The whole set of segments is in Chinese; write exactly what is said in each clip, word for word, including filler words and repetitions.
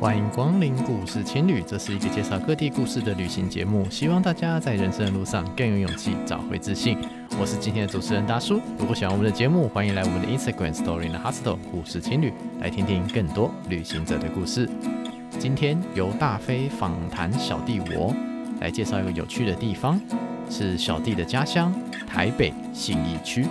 欢迎光临故事青旅，这是一个介绍各地故事的旅行节目，希望大家在人生的路上更有勇气，找回自信。我是今天的主持人达叔，如果喜欢我们的节目，欢迎来我们的 Instagram Story in the Hostel 故事青旅，来听听更多旅行者的故事。今天由大飞访谈小弟我，来介绍一个有趣的地方，是小弟的家乡台北信义区。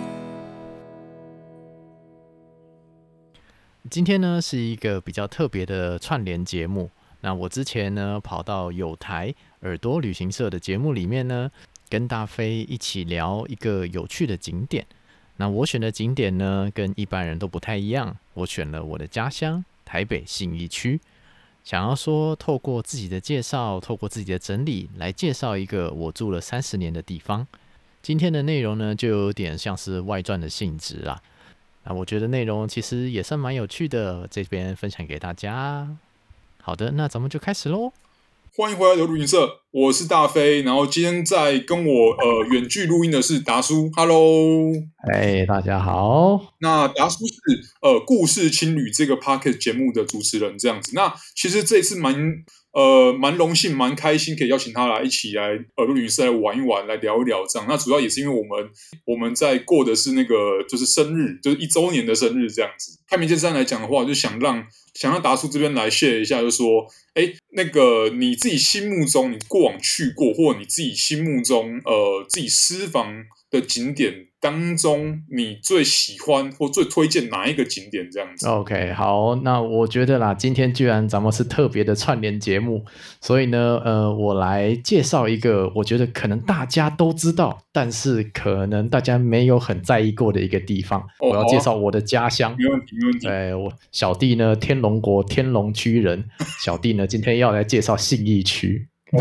今天呢是一个比较特别的串联节目。那我之前呢跑到有台耳朵旅行社的节目里面呢，跟大飞一起聊一个有趣的景点。那我选的景点呢跟一般人都不太一样，我选了我的家乡台北信义区，想要说透过自己的介绍，透过自己的整理来介绍一个我住了三十年的地方。今天的内容呢就有点像是外传的性质啦。那我觉得内容其实也算蛮有趣的，这边分享给大家。好的，那咱们就开始咯。 欢迎回来的旅行社，我是大飞，然后今天在跟我呃远距录音的是达叔 ，Hello， 哎，大家好。 那达叔是呃故事青旅这个 Podcast 节目的主持人，这样子。那其实这一次蛮呃蛮荣幸、蛮开心，可以邀请他来一起来耳朵旅行社来玩一玩，来聊一聊这样。那主要也是因为我们我们在过的是那个就是生日，就是一周年的生日这样子。开门见山来讲的话，就想让想让达叔这边来 share 一下，就说，哎，那个你自己心目中你过往去过，或者你自己心目中呃自己私房的景点当中，你最喜欢或最推荐哪一个景点这样子 OK， 好，那我觉得啦，今天居然咱们是特别的串联节目，所以呢呃，我来介绍一个我觉得可能大家都知道，但是可能大家没有很在意过的一个地方。哦、我要介绍我的家乡。 没问题没问题。 对，我小弟呢天龙国天龙区人，小弟呢今天要来介绍信义区。 哦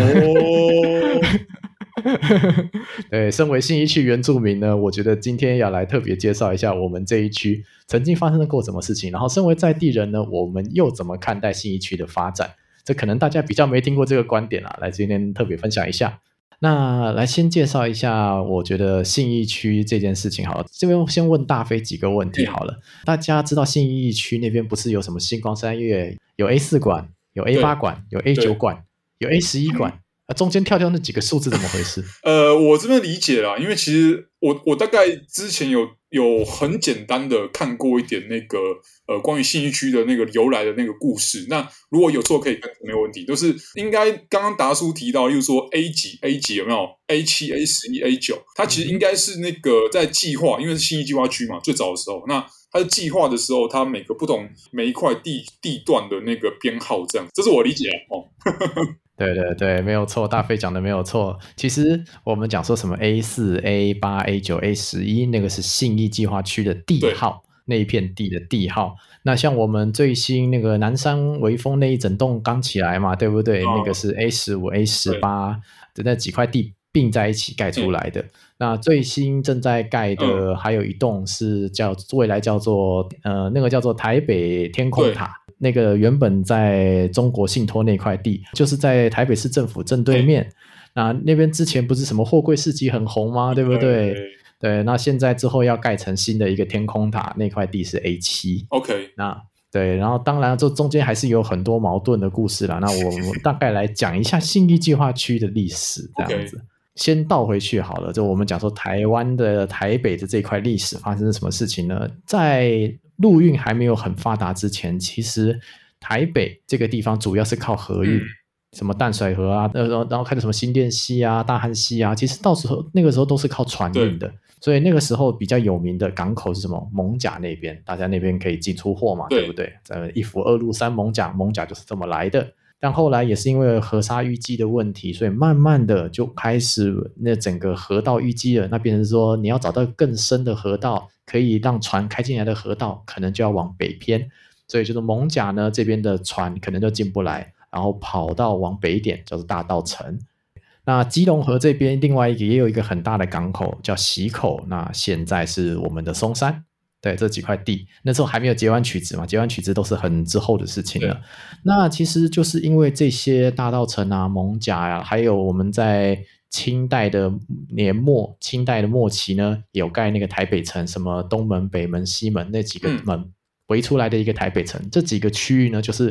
对，身为信义区原住民呢，我觉得今天要来特别介绍一下我们这一区曾经发生过什么事情，然后身为在地人呢，我们又怎么看待信义区的发展，这可能大家比较没听过这个观点啦，来今天特别分享一下。那来先介绍一下我觉得信义区这件事情好了，这边先问大飞几个问题好了。大家知道信义区那边不是有什么星光三月，有 A 四 馆，有 A 八 馆，有 A 九 馆，有 A 十一 馆，啊，中间跳跳那几个数字怎么回事？ 呃，我这边理解啦，因为其实我我大概之前有有很简单的看过一点那个呃关于信义区的那个由来的那个故事。那如果有错可以跟没有问题，就是应该刚刚达叔提到，例如说 A 几 A 几有没有 A 七 A 十一 A 九，它其实应该是那个在计划，因为是信义计划区嘛，最早的时候，那它是计划的时候，它每个不同每一块地地段的那个编号这样，这是我理解哦。 对对对，没有错，大飞讲的没有错。其实我们讲说什么 A 四 A 八 A 九 A 十一，那个是信义计划区的地号，那一片地的地号。那像我们最新那个南山微风那一整栋刚起来嘛，对不对？哦、那个是 A 十五 A 十八的那几块地并在一起盖出来的。那最新正在盖的还有一栋是叫未来叫做呃那个叫做台北天空塔。那个原本在中国信托那块地，就是在台北市政府正对面。那那边之前不是什么货柜市集很红吗？对不对？对, 对，那现在之后要盖成新的一个天空塔，那块地是 A 七。 OK， 那对，然后当然这中间还是有很多矛盾的故事啦。那我们大概来讲一下信义计划区的历史，这样子。Okay. 先倒回去好了，就我们讲说台湾的台北的这块历史发生什么事情呢？在陆运还没有很发达之前，其实台北这个地方主要是靠河运，嗯、什么淡水河啊，然后开始什么新店溪啊、大汉溪啊，其实到时候那个时候都是靠船运的。所以那个时候比较有名的港口是什么？艋舺那边，大家那边可以进出货嘛， 对, 对不对？在一府二路三艋舺，艋舺就是这么来的。但后来也是因为河沙淤积的问题，所以慢慢的就开始那整个河道淤积了。那变成说你要找到更深的河道，可以让船开进来的河道，可能就要往北偏。所以就是艋舺呢这边的船可能就进不来，然后跑到往北一点，叫做大稻埕。那基隆河这边另外一个也有一个很大的港口叫溪口，那现在是我们的松山。对，这几块地那时候还没有截湾取直嘛，截湾取直都是很之后的事情了。那其实就是因为这些大稻埕啊、艋舺啊，还有我们在清代的年末、清代的末期呢，有盖那个台北城，什么东门、北门、西门那几个门围出来的一个台北城。这几个区域呢，就是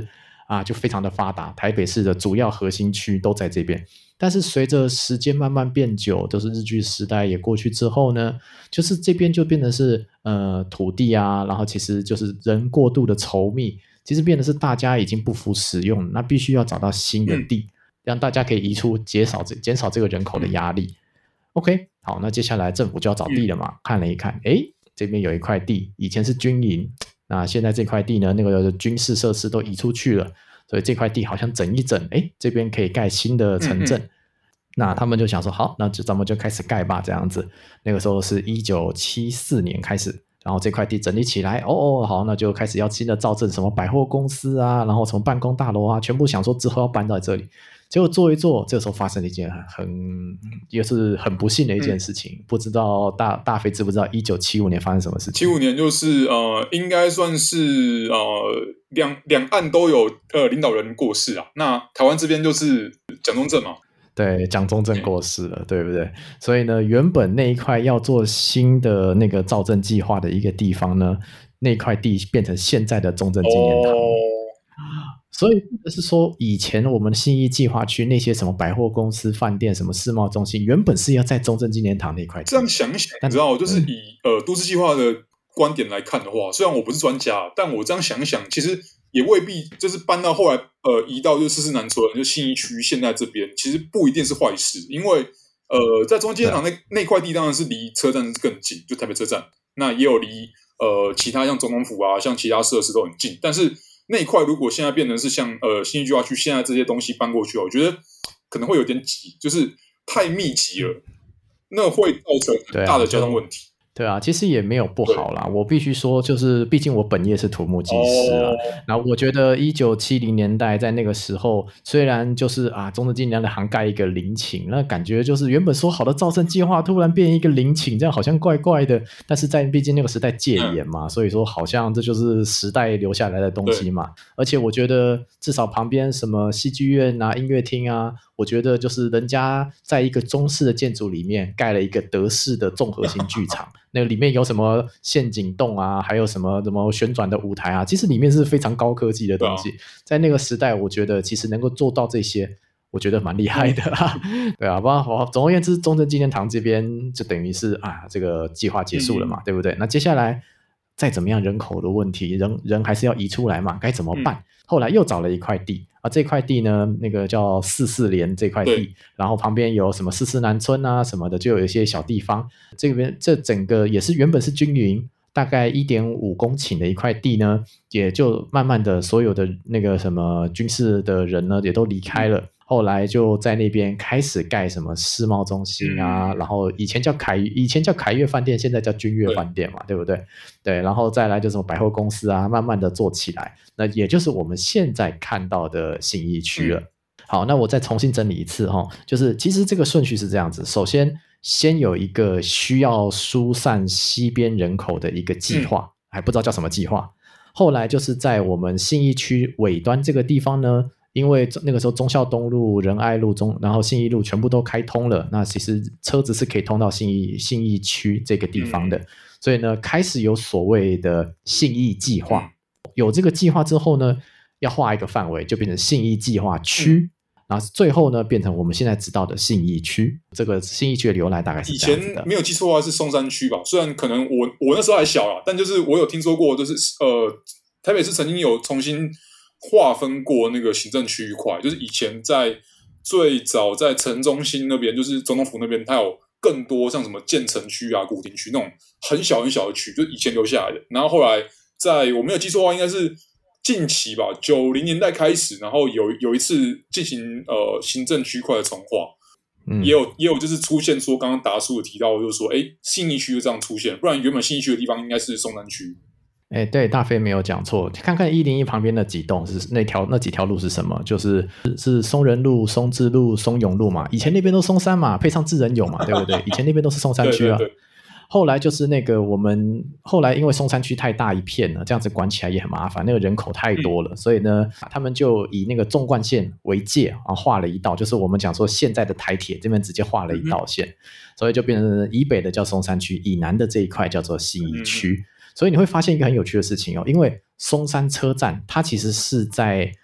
啊，就非常的发达，台北市的主要核心区都在这边。但是随着时间慢慢变久，就是日据时代也过去之后呢，就是这边就变得是呃土地啊，然后其实就是人过度的稠密，其实变得是大家已经不敷使用，那必须要找到新的地，嗯、让大家可以移出，减少这减少这个人口的压力。嗯、OK， 好，那接下来政府就要找地了嘛，嗯、看了一看，诶，这边有一块地，以前是军营，那现在这块地呢，那个军事设施都移出去了。所以这块地好像整一整，哎，这边可以盖新的城镇。嗯嗯，那他们就想说，好，那就咱们就开始盖吧，这样子。那个时候是一九七四年开始，然后这块地整理起来，哦哦，好，那就开始要新的造镇，什么百货公司啊，然后什么办公大楼啊，全部想说之后要搬到这里。结果做一做，这个时候发生了一件很也是很不幸的一件事情，嗯、不知道大大飞知不知道一九七五年发生什么事情？ 七五年就是呃，应该算是呃两两岸都有呃领导人过世啊。那台湾这边就是蒋中正嘛， 对，蒋中正过世了，对不对？所以呢，原本那一块要做新的那个造镇计划的一个地方呢，那块地变成现在的中正纪念堂。哦，所以是说，以前我们信义计划区那些什么百货公司、饭店、什么世贸中心，原本是要在中正纪念堂那块地。 这样想想，你知道，就是以、嗯、呃都市计划的观点来看的话，虽然我不是专家，但我这样想想，其实也未必就是搬到后来呃移到就四四南村，就信义区现在这边，其实不一定是坏事，因为呃在中正纪念堂那那块地当然是离车站更近，就台北车站，那也有离呃其他像总统府啊，像其他设施都很近，但是。那一块如果现在变成是像呃信义计划区现在这些东西搬过去，我觉得可能会有点挤，就是太密集了，那会造成很大的交通问题。 对啊，其实也没有不好啦。我必须说，就是毕竟我本业是土木技师啊。然后我觉得一九七零年代在那个时候，虽然就是啊，中正纪念堂涵盖一个陵寝，那感觉就是原本说好的造镇计划突然变一个陵寝，这样好像怪怪的。但是在毕竟那个时代戒严嘛，嗯、所以说好像这就是时代留下来的东西嘛。而且我觉得至少旁边什么戏剧院啊、音乐厅啊。我觉得就是人家在一个中式的建筑里面盖了一个德式的综合型剧场，那个里面有什么陷阱洞啊，还有什么什么旋转的舞台啊，其实里面是非常高科技的东西。在那个时代，我觉得其实能够做到这些，我觉得蛮厉害的啦。对啊，不然总而言之，中正纪念堂这边就等于是啊，这个计划结束了嘛，嗯、对不对？那接下来再怎么样人口的问题，人人还是要移出来嘛，该怎么办？嗯、后来又找了一块地。啊，这块地呢，那个叫四四连这块地，然后旁边有什么四四南村啊什么的，就有一些小地方。这边这整个也是原本是军营，大概 一点五公顷的一块地呢，也就慢慢的所有的那个什么军事的人呢，也都离开了。后来就在那边开始盖什么世贸中心啊，嗯、然后以前叫凯以前叫凯悦饭店，现在叫君悦饭店嘛， 对, 对不对？对，然后再来就什么百货公司啊，慢慢的做起来，那也就是我们现在看到的信义区了。嗯、好，那我再重新整理一次哈，就是其实这个顺序是这样子，首先先有一个需要疏散西边人口的一个计划，嗯、还不知道叫什么计划。后来就是在我们信义区尾端这个地方呢。因为那个时候忠孝东路、仁爱路中，然后信义路全部都开通了，那其实车子是可以通到信义信义区这个地方的，嗯、所以呢，开始有所谓的信义计划。有这个计划之后呢，要画一个范围，就变成信义计划区，嗯、然后最后呢，变成我们现在知道的信义区。这个信义区的由来大概是这样子的。 以前没有记错的话是松山区吧？虽然可能我我那时候还小啦，但就是我有听说过，就是呃，台北市曾经有重新。划分过那个行政区域块，就是以前在最早在城中心那边，就是总统府那边，它有更多像什么建成区啊、古亭区那种很小很小的区，就是以前留下来的。然后后来在我没有记错的话，应该是近期吧，九零年代开始，然后有有一次进行呃行政区块的重划，嗯、也有也有就是出现说刚刚达叔有提到，就是说哎信义区就这样出现，不然原本信义区的地方应该是松山区。 哎，对，大飞没有讲错。看看一零一旁边那几栋是那条那几条路是什么？就是是松仁路、松智路、松永路嘛。以前那边都松山嘛，配上智仁永嘛，对不对？以前那边都是松山区啊。对对对，后来就是那个我们后来因为松山区太大一片了，这样子管起来也很麻烦，那个人口太多了，嗯、所以呢，他们就以那个纵贯线为界啊，画了一道，就是我们讲说现在的台铁这边直接画了一道线，嗯、所以就变成以北的叫松山区，以南的这一块叫做信义区。嗯所以你会发现一个很有趣的事情哦，因为松山车站它其实是在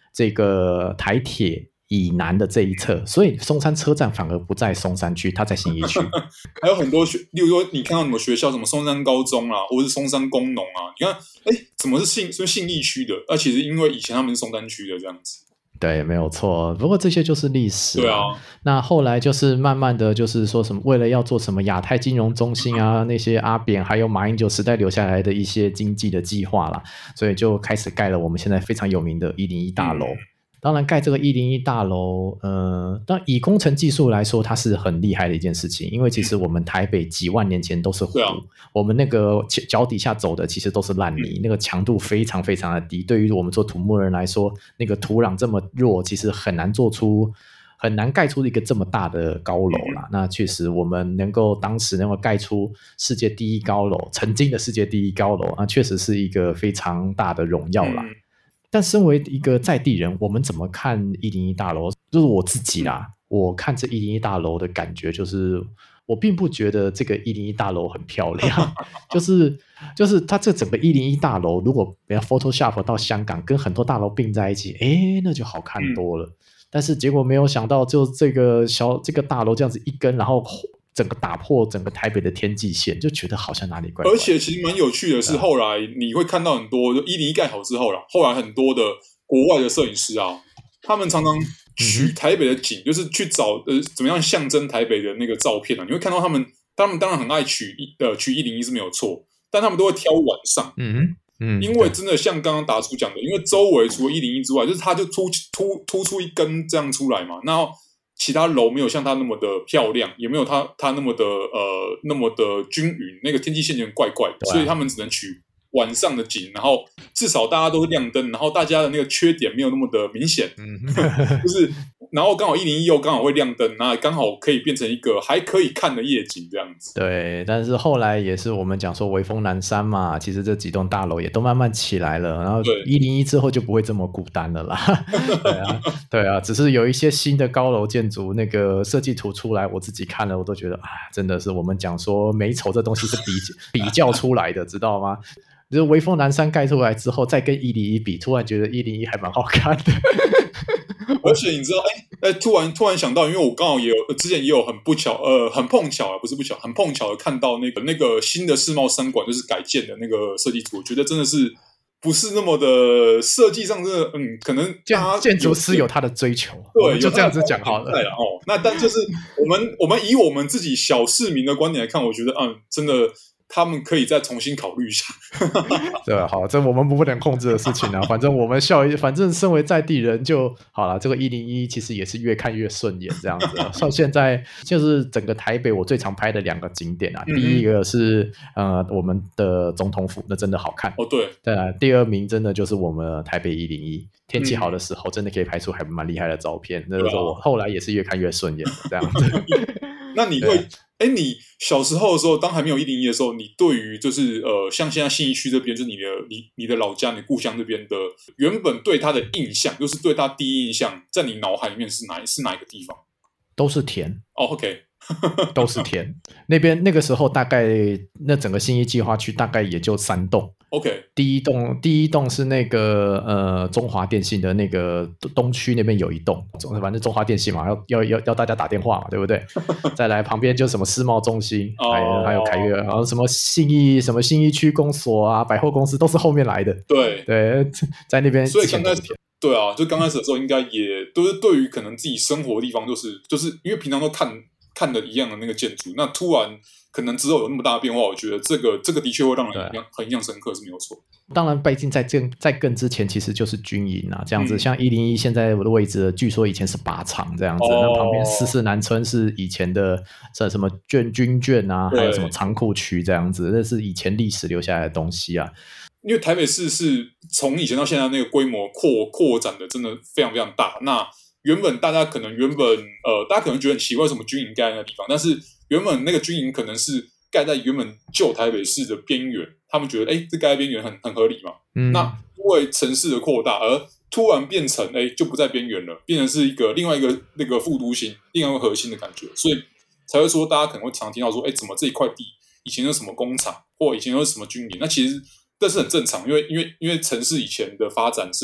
这个台铁以南的这一侧，所以松山车站反而不在松山区，它在信义区。 还有很多学，例如说你看到什么学校，什么松山高中啊，或者是松山工农啊，你看，哎，怎么是信是信义区的？那、啊、其实因为以前他们是松山区的这样子。 对，没有错。不过这些就是历史。 对啊。 那后来就是慢慢的就是说什么，为了要做什么亚太金融中心啊，那些阿扁还有马英九时代留下来的一些经济的计划啦，所以就开始盖了我们现在非常有名的一零一大楼。嗯，当然盖这个一零一大楼，呃，但以工程技术来说，它是很厉害的一件事情，因为其实我们台北几万年前都是湖，啊、我们那个脚底下走的其实都是烂泥，嗯、那个强度非常非常的低。对于我们做土木人来说，那个土壤这么弱，其实很难做出。很难盖出一个这么大的高楼啦。嗯、那确实，我们能够当时能够盖出世界第一高楼，曾经的世界第一高楼，那确实是一个非常大的荣耀啦。嗯、但身为一个在地人，我们怎么看一零一大楼？就是我自己啦，嗯、我看这一零一大楼的感觉就是，我并不觉得这个一零一大楼很漂亮，就是就是它这整个一零一大楼，如果比如 Photoshop 到香港，跟很多大楼并在一起，哎，那就好看多了。嗯，但是结果没有想到，就这个小这个大楼这样子一根，然后整个打破整个台北的天际线，就觉得好像哪里怪怪的。 而且其实蛮有趣的是，后来你会看到很多，就一零一盖好之后啦，后来很多的国外的摄影师啊，他们常常取台北的景，嗯、就是去找呃怎么样象征台北的那个照片啊。你会看到他们，他们当然很爱取呃取一零一是没有错，但他们都会挑晚上。 嗯嗯， 因为真的像刚刚达叔讲的，因为周围除了一零一之外，就是它就突突突出一根这样出来嘛，然后其他楼没有像它那么的漂亮，也没有它它那么的呃那么的均匀，那个天际线有点怪怪的，所以他们只能取晚上的景，然后至少大家都是亮灯，然后大家的那个缺点没有那么的明显，嗯、就是然后刚好一零一又刚好会亮灯，那刚好可以变成一个还可以看的夜景这样子。 对，但是后来也是我们讲说微风南山嘛，其实这几栋大楼也都慢慢起来了，然后一零一之后就不会这么孤单了啦。对啊，对啊，只是有一些新的高楼建筑那个设计图出来，我自己看了我都觉得啊，真的是我们讲说美丑这东西是比比较出来的，知道吗？就是微风南山盖出来之后，再跟一零一比，突然觉得一零一还蛮好看的。 而且你知道，哎哎，突然突然想到，因为我刚好也有之前也有很不巧，呃，很碰巧啊，不是不巧，很碰巧的看到那个那个新的世贸三馆就是改建的那个设计图，我觉得真的是不是那么的设计上真的，嗯，可能建建筑师有他的追求， 对， 就这样子讲好了。 哦，那但就是我们我们以我们自己小市民的观点来看，我觉得，嗯，真的。他们可以再重新考虑一下。 对，好，这我们不能控制的事情啊。反正我们笑，反正身为在地人就好了。这个一零一其实也是越看越顺眼，这样子。像现在就是整个台北，我最常拍的两个景点啊。嗯、第一个是呃我们的总统府，那真的好看。 哦，对。 再来第二名真的就是我们台北一零一，天气好的时候真的可以拍出还蛮厉害的照片。那个时候我后来也是越看越顺眼的这样子。 那你会？哎，你小时候的时候，当还没有一零一的时候，你对于就是呃，像现在信义区这边，就是你的你你的老家、你故乡这边的，原本对他的印象，就是对他第一印象，在你脑海里面是哪是哪一个地方？ 都是田哦、oh, ，OK， 都是田。那边那个时候大概那整个信义计划区大概也就三栋。 OK， 第一栋第一栋是那个呃中华电信的那个东区那边有一栋，反正中华电信嘛，要要要要大家打电话嘛，对不对？再来旁边就是什么世贸中心，还有还有凯悦，然后什么信义什么信义区公所啊，百货公司都是后面来的。 对对，在那边。 所以刚开始对啊，就刚开始的时候，应该也都是对于可能自己生活的地方，就是就是因为平常都看看的一样的那个建筑，那突然。可能之后有那么大的变化，我觉得这个这个的确会让人印象很印象深刻，是没有错。 当然，毕竟在更在更之前，其实就是军营啊，这样子。嗯、像一零一现在的位置，据说以前是靶场这样子。哦、那旁边四四南村是以前的什么眷军眷啊，还有什么仓库区这样子，那是以前历史留下来的东西啊。 因为台北市是从以前到现在那个规模扩扩展的，真的非常非常大。那原本大家可能原本呃，大家可能觉得很奇怪，为什么军营盖在那个地方，但是。原本那个军营可能是盖在原本旧台北市的边缘，他们觉得哎，这盖在边缘很很合理嘛。嗯、那因为城市的扩大，而突然变成哎，就不在边缘了，变成是一个另外一个那个副都心，另外一个核心的感觉，所以才会说大家可能会常听到说，哎，怎么这一块地以前有什么工厂，或以前有什么军营？那其实这是很正常，因为因为因为城市以前的发展是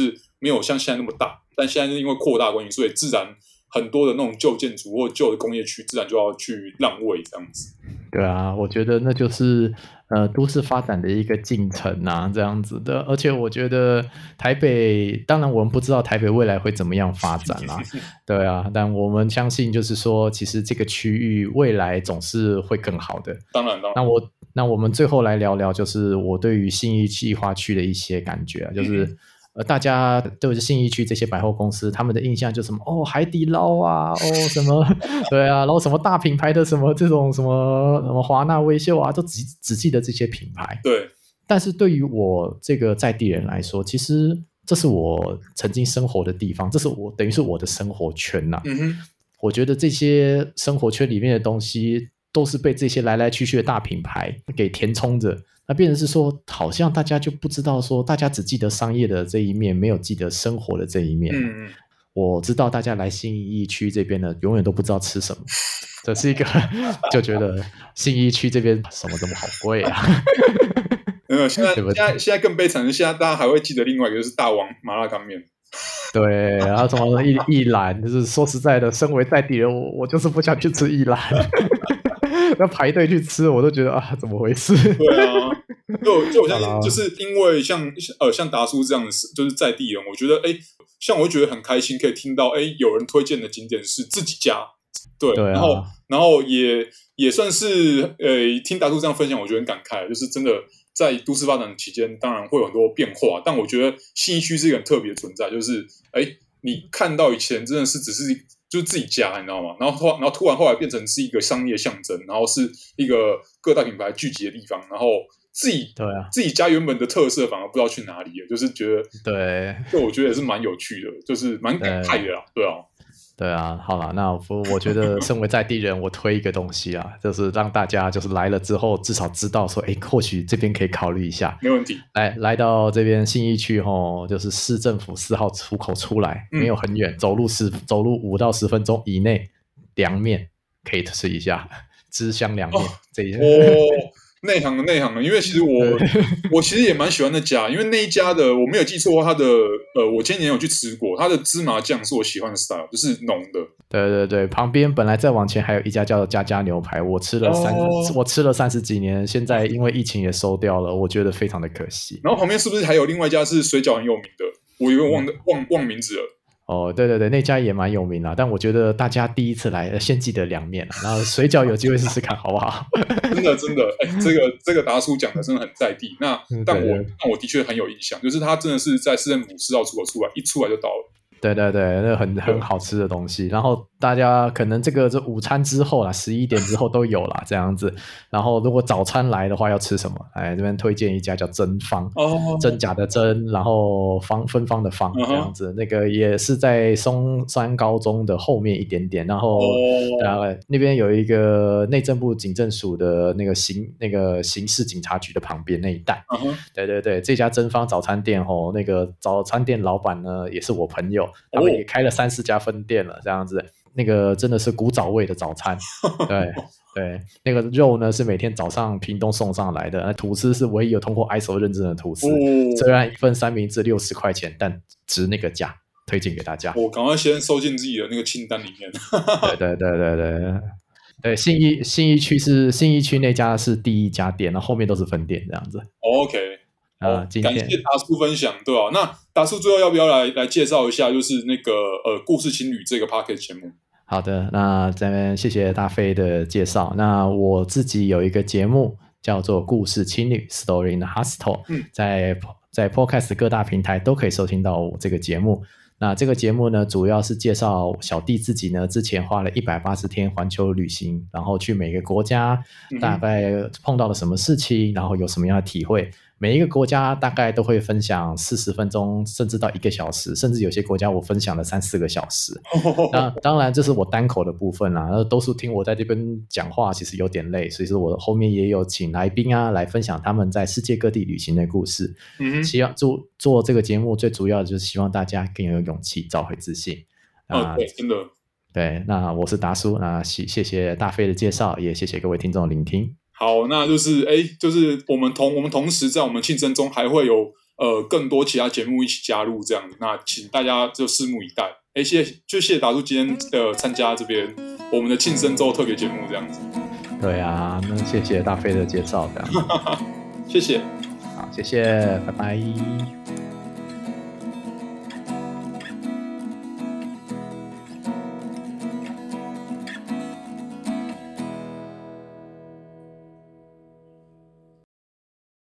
没有像现在那么大，但现在是因为扩大关系，所以自然很多的那种旧建筑或旧的工业区，自然就要去让位这样子。 对啊，我觉得那就是呃都市发展的一个进程啊，这样子的。而且我觉得台北，当然我们不知道台北未来会怎么样发展啦，对啊，但我们相信就是说，其实这个区域未来总是会更好的。 当然，当然。 那我那我们最后来聊聊，就是我对于信义计划区的一些感觉啊，就是。嗯呃，大家对信义区这些百货公司，他们的印象就是什么哦，海底捞啊，哦什么，对啊，然后什么大品牌的什么这种什么什么华纳威秀啊，都只只记得这些品牌。 对。 但是对于我这个在地人来说，其实这是我曾经生活的地方，这是我等于是我的生活圈呐、啊。 嗯哼。 我觉得这些生活圈里面的东西，都是被这些来来去去的大品牌给填充着。那变成是说，好像大家就不知道说，大家只记得商业的这一面，没有记得生活的这一面。 嗯， 我知道大家来信义区这边呢，永远都不知道吃什么，这是一个就觉得信义区这边什么这么好贵啊？ 没有，现在现在现在更悲惨的是，现在大家还会记得另外一个就是大王麻辣干面。 对，然后什么一一兰，就是说实在的，身为在地人，我我就是不想去吃一兰。要排队去吃，我都觉得啊，怎么回事？ 对啊，就就我相信，就是因为像呃像达叔这样的，就是在地人，我觉得哎，像我会觉得很开心，可以听到哎有人推荐的景点是自己家，对， 对啊、 然后然后也也算是呃听达叔这样分享，我觉得很感慨，就是真的在都市发展期间，当然会有很多变化，但我觉得信义区是一个很特别的存在，就是哎你看到以前真的是只是。就是自己家，你知道吗？然后，然后突然后来变成是一个商业象征，然后是一个各大品牌聚集的地方，然后自己对啊， 自己家原本的特色反而不知道去哪里了，就是觉得对， 这我觉得也是蛮有趣的，就是蛮感慨的啦，对啊。 对啊，好了，那我我觉得身为在地人，我推一个东西啊，就是让大家就是来了之后至少知道说，哎，或许这边可以考虑一下。 没问题。 来来到这边信义区吼，就是市政府四号出口出来，嗯、没有很远，走路十走路五到十分钟以内，凉面可以吃一下，芝香凉面、哦、这一家。 哦内行的内行的，因为其实我我其实也蛮喜欢那家，因为那一家的我没有记错，它的呃，我前年有去吃过，它的芝麻酱是我喜欢的 style， 就是浓的。 对对对，旁边本来再往前还有一家叫家家牛排，我吃了三、哦、我吃了三十几年，现在因为疫情也收掉了，我觉得非常的可惜。 然后旁边是不是还有另外一家是水饺很有名的？我有点忘、嗯、忘忘名字了。 哦，对对对，那家也蛮有名啦，但我觉得大家第一次来，先记得凉面，然后水饺有机会试试看，好不好？ 真的真的，哎、欸，这个这个达叔讲的真的很在地。那但我但我的确很有印象，就是他真的是在市政府四号出口出来，一出来就到了。 对对对，那很很好吃的东西。然后大家可能这个这午餐之后啦，十一点之后都有啦，这样子。然后如果早餐来的话，要吃什么？哎，这边推荐一家叫真芳， 哦， 真假的真，然后方芬芳的芳，这样子。那个也是在松山高中的后面一点点，然后、哦、呃那边有一个内政部警政署的那个刑那个刑事警察局的旁边那一带。 嗯、 对对对，这家真芳早餐店吼，那个早餐店老板呢也是我朋友。他们也开了三四家分店了，这样子，那个真的是古早味的早餐。对对，那个肉呢是每天早上屏东送上来的，那吐司是唯一有通过 I S O 认证的吐司，哦、虽然一份三明治六十块钱，但值那个价，推荐给大家。 我赶快先收进自己的那个清单里面。 对对对对对。对，信义信义区是信义区那家是第一家店，然后后面都是分店这样子。 OK。 啊，今天感谢达叔分享，对吧、啊？那达叔最后要不要来来介绍一下，就是那个呃故事情侣这个 podcast 节目？ 好的，那这边谢谢大飞的介绍。那我自己有一个节目叫做故事情侣 Story in the Hostel，、嗯、在在 podcast 各大平台都可以收听到我这个节目。那这个节目呢，主要是介绍小弟自己呢，之前花了一百八十天环球旅行，然后去每个国家，大概碰到了什么事情，然后有什么样的体会。每一个国家大概都会分享四十分钟，甚至到一个小时，甚至有些国家我分享了三四个小时。那当然这是我单口的部分啦，多数听我在这边讲话其实有点累，所以说我后面也有请来宾啊来分享他们在世界各地旅行的故事。嗯，希望做做这个节目最主要的就是希望大家更有勇气，找回自信。 啊，对，真的。 对，那我是达叔，那谢谢大飞的介绍，也谢谢各位听众的聆听。 好，那就是哎，就是我们同我们同时在我们庆生中还会有呃更多其他节目一起加入这样子。那请大家就拭目以待。哎，谢谢，就谢谢达叔今天的参加这边我们的庆生周特别节目这样子。 对啊，那谢谢大飞的介绍，这样。 谢谢。 好，谢谢，拜拜。